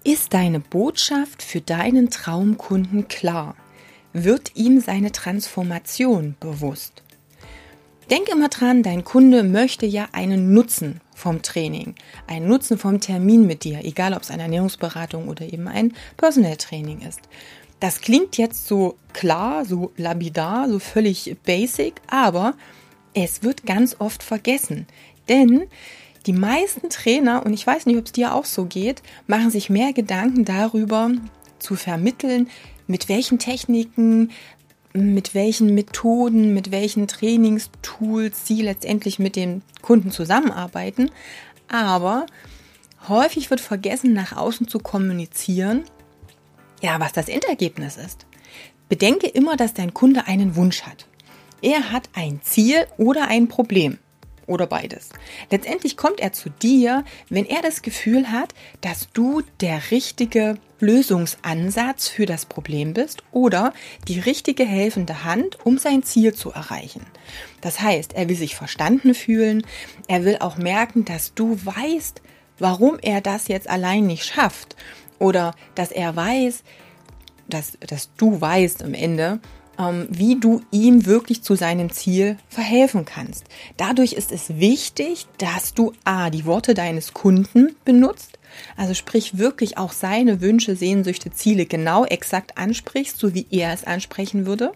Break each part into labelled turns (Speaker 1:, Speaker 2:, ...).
Speaker 1: Ist deine Botschaft für deinen Traumkunden klar? Wird ihm seine Transformation bewusst? Denk immer dran, dein Kunde möchte ja einen Nutzen vom Training, einen Nutzen vom Termin mit dir, egal ob es eine Ernährungsberatung oder eben ein Personal Training ist. Das klingt jetzt so klar, so lapidar, so völlig basic, aber es wird ganz oft vergessen, denn die meisten Trainer, und ich weiß nicht, ob es dir auch so geht, machen sich mehr Gedanken darüber zu vermitteln, mit welchen Techniken, mit welchen Methoden, mit welchen Trainingstools sie letztendlich mit den Kunden zusammenarbeiten. Aber häufig wird vergessen, nach außen zu kommunizieren, ja, was das Endergebnis ist. Bedenke immer, dass dein Kunde einen Wunsch hat. Er hat ein Ziel oder ein Problem. Oder beides. Letztendlich kommt er zu dir, wenn er das Gefühl hat, dass du der richtige Lösungsansatz für das Problem bist oder die richtige helfende Hand, um sein Ziel zu erreichen. Das heißt, er will sich verstanden fühlen, er will auch merken, dass du weißt, warum er das jetzt allein nicht schafft oder dass er weiß, dass du weißt am Ende, wie du ihm wirklich zu seinem Ziel verhelfen kannst. Dadurch ist es wichtig, dass du die Worte deines Kunden benutzt, also sprich wirklich auch seine Wünsche, Sehnsüchte, Ziele genau exakt ansprichst, so wie er es ansprechen würde,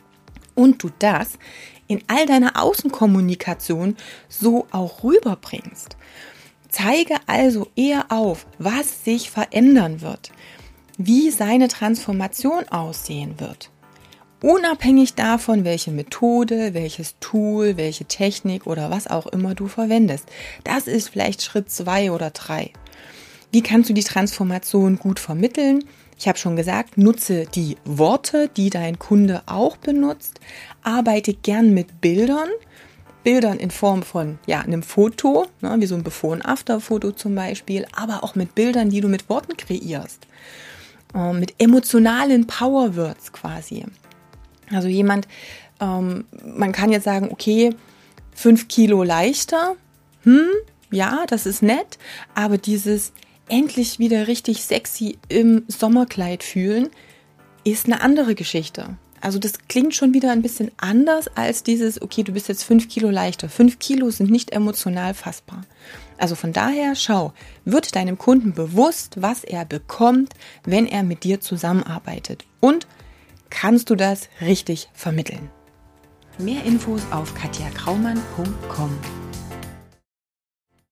Speaker 1: und du das in all deiner Außenkommunikation so auch rüberbringst. Zeige also eher auf, was sich verändern wird, wie seine Transformation aussehen wird. Unabhängig davon, welche Methode, welches Tool, welche Technik oder was auch immer du verwendest. Das ist vielleicht Schritt 2 oder 3. Wie kannst du die Transformation gut vermitteln? Ich habe schon gesagt, nutze die Worte, die dein Kunde auch benutzt. Arbeite gern mit Bildern. Bildern in Form von einem Foto, wie so ein Before- und After-Foto zum Beispiel, aber auch mit Bildern, die du mit Worten kreierst. Mit emotionalen Powerwords quasi. Also man kann jetzt sagen, okay, 5 Kilo leichter, ja, das ist nett, aber dieses endlich wieder richtig sexy im Sommerkleid fühlen, ist eine andere Geschichte. Also das klingt schon wieder ein bisschen anders als dieses, okay, du bist jetzt 5 Kilo leichter. 5 Kilo sind nicht emotional fassbar. Also von daher wird deinem Kunden bewusst, was er bekommt, wenn er mit dir zusammenarbeitet. Und kannst du das richtig vermitteln? Mehr Infos auf katjakraumann.com.